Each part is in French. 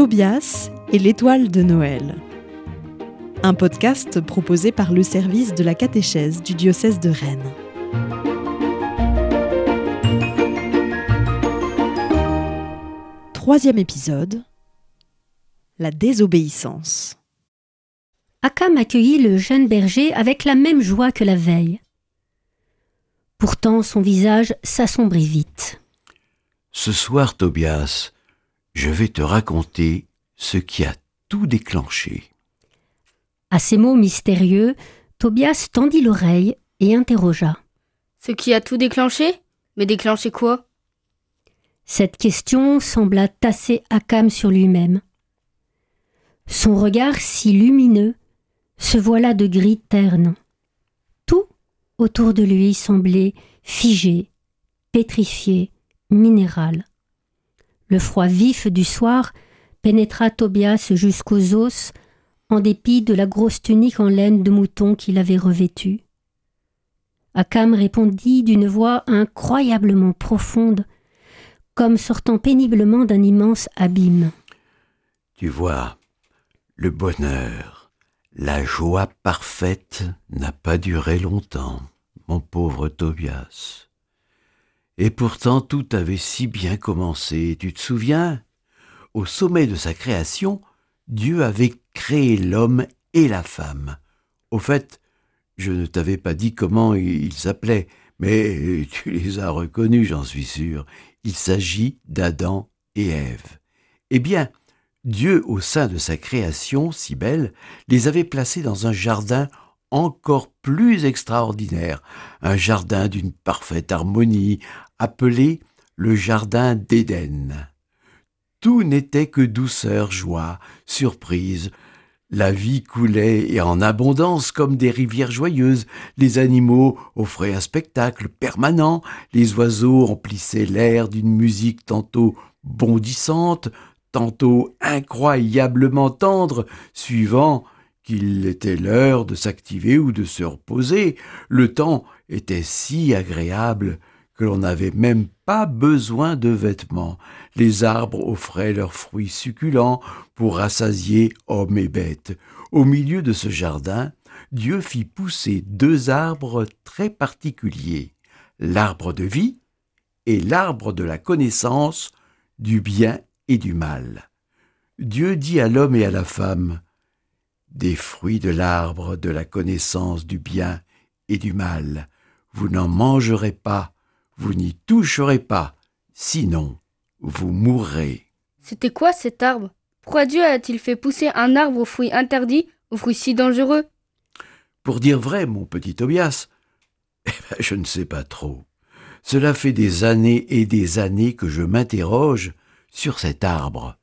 Tobias et l'étoile de Noël. Un podcast proposé par le service de la catéchèse du diocèse de Rennes. Troisième épisode, la désobéissance. Akam accueillit le jeune berger avec la même joie que la veille. Pourtant, son visage s'assombrit vite. Ce soir, Tobias, je vais te raconter ce qui a tout déclenché. À ces mots mystérieux, Tobias tendit l'oreille et interrogea. Ce qui a tout déclenché ? Mais déclenché quoi ? Cette question sembla tasser Akam sur lui-même. Son regard si lumineux se voila de gris terne. Tout autour de lui semblait figé, pétrifié, minéral. Le froid vif du soir pénétra Tobias jusqu'aux os, en dépit de la grosse tunique en laine de mouton qu'il avait revêtue. Akam répondit d'une voix incroyablement profonde, comme sortant péniblement d'un immense abîme. Tu vois, le bonheur, la joie parfaite n'a pas duré longtemps, mon pauvre Tobias. Et pourtant tout avait si bien commencé, tu te souviens ? Au sommet de sa création, Dieu avait créé l'homme et la femme. Au fait, je ne t'avais pas dit comment ils s'appelaient, mais tu les as reconnus, j'en suis sûr. Il s'agit d'Adam et Ève. Eh bien, Dieu, au sein de sa création si belle, les avait placés dans un jardin encore plus extraordinaire, un jardin d'une parfaite harmonie, appelé le jardin d'Éden. Tout n'était que douceur, joie, surprise. La vie coulait et en abondance comme des rivières joyeuses. Les animaux offraient un spectacle permanent. Les oiseaux emplissaient l'air d'une musique tantôt bondissante, tantôt incroyablement tendre, suivant qu'il était l'heure de s'activer ou de se reposer. Le temps était si agréable que l'on n'avait même pas besoin de vêtements. Les arbres offraient leurs fruits succulents pour rassasier hommes et bêtes. Au milieu de ce jardin, Dieu fit pousser deux arbres très particuliers, l'arbre de vie et l'arbre de la connaissance du bien et du mal. Dieu dit à l'homme et à la femme, « Des fruits de l'arbre de la connaissance du bien et du mal, vous n'en mangerez pas, vous n'y toucherez pas, sinon vous mourrez. » C'était quoi cet arbre ? Pourquoi Dieu a-t-il fait pousser un arbre aux fruits interdits, aux fruits si dangereux ? Pour dire vrai, mon petit Tobias, je ne sais pas trop. Cela fait des années et des années que je m'interroge sur cet arbre.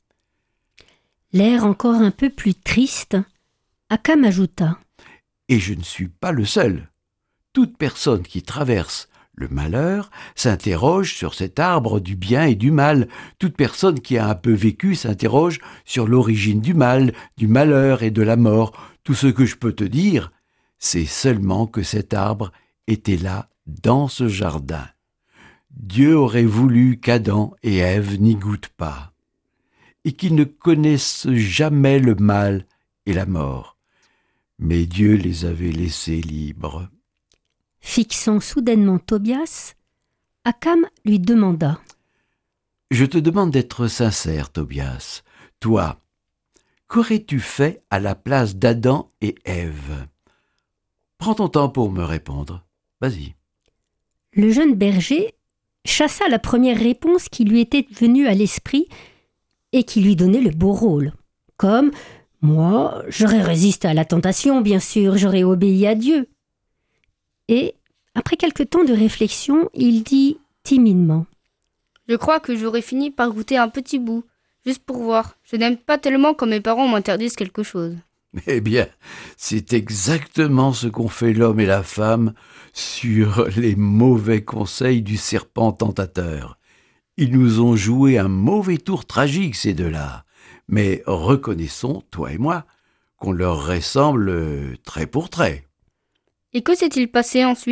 L'air encore un peu plus triste, Akam ajouta. Et je ne suis pas le seul. Toute personne qui traverse le malheur s'interroge sur cet arbre du bien et du mal. Toute personne qui a un peu vécu s'interroge sur l'origine du mal, du malheur et de la mort. Tout ce que je peux te dire, c'est seulement que cet arbre était là, dans ce jardin. Dieu aurait voulu qu'Adam et Ève n'y goûtent pas, et qu'ils ne connaissent jamais le mal et la mort. Mais Dieu les avait laissés libres. Fixant soudainement Tobias, Akam lui demanda. « Je te demande d'être sincère, Tobias. Toi, qu'aurais-tu fait à la place d'Adam et Ève ? Prends ton temps pour me répondre. Vas-y. » Le jeune berger chassa la première réponse qui lui était venue à l'esprit et qui lui donnait le beau rôle. Comme « Moi, j'aurais résisté à la tentation, bien sûr, j'aurais obéi à Dieu. » Et, après quelque temps de réflexion, il dit timidement. « Je crois que j'aurais fini par goûter un petit bout, juste pour voir. Je n'aime pas tellement quand mes parents m'interdisent quelque chose. » Eh bien, c'est exactement ce qu'ont fait l'homme et la femme sur les mauvais conseils du serpent tentateur. Ils nous ont joué un mauvais tour tragique, ces deux-là. Mais reconnaissons, toi et moi, qu'on leur ressemble trait pour trait. « Et que s'est-il passé ensuite ?»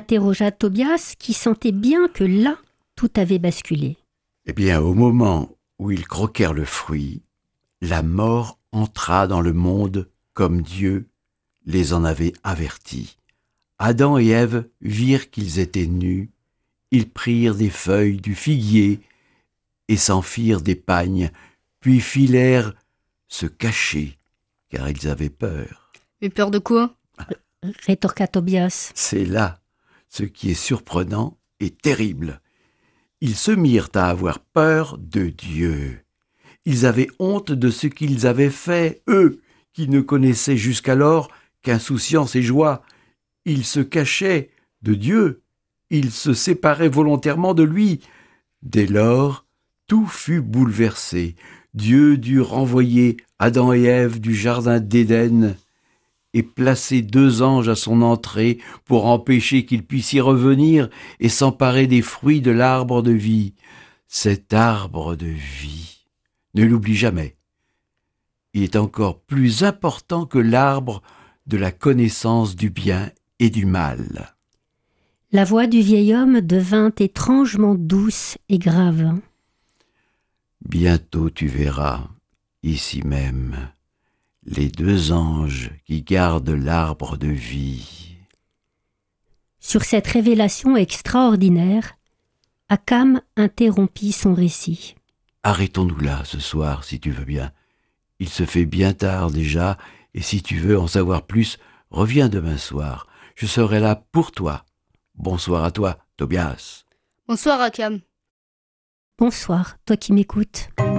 interrogea Tobias, qui sentait bien que là, tout avait basculé. Eh bien, au moment où ils croquèrent le fruit, la mort entra dans le monde comme Dieu les en avait avertis. Adam et Ève virent qu'ils étaient nus, ils prirent des feuilles du figuier et s'en firent des pagnes, puis filèrent se cacher, car ils avaient peur. Mais peur de quoi? Rétorqua Tobias. C'est là ce qui est surprenant et terrible. Ils se mirent à avoir peur de Dieu. Ils avaient honte de ce qu'ils avaient fait, eux, qui ne connaissaient jusqu'alors qu'insouciance et joie. Ils se cachaient de Dieu. Ils se séparaient volontairement de lui. Dès lors, tout fut bouleversé. Dieu dut renvoyer Adam et Ève du jardin d'Éden et placer 2 anges à son entrée pour empêcher qu'ils puissent y revenir et s'emparer des fruits de l'arbre de vie. Cet arbre de vie, ne l'oublie jamais. Il est encore plus important que l'arbre de la connaissance du bien et du mal. La voix du vieil homme devint étrangement douce et grave. Bientôt tu verras, ici même, les 2 anges qui gardent l'arbre de vie. Sur cette révélation extraordinaire, Akam interrompit son récit. Arrêtons-nous là ce soir, si tu veux bien. Il se fait bien tard déjà, et si tu veux en savoir plus, reviens demain soir. Je serai là pour toi. Bonsoir à toi, Tobias. Bonsoir, Akam. Bonsoir, toi qui m'écoutes.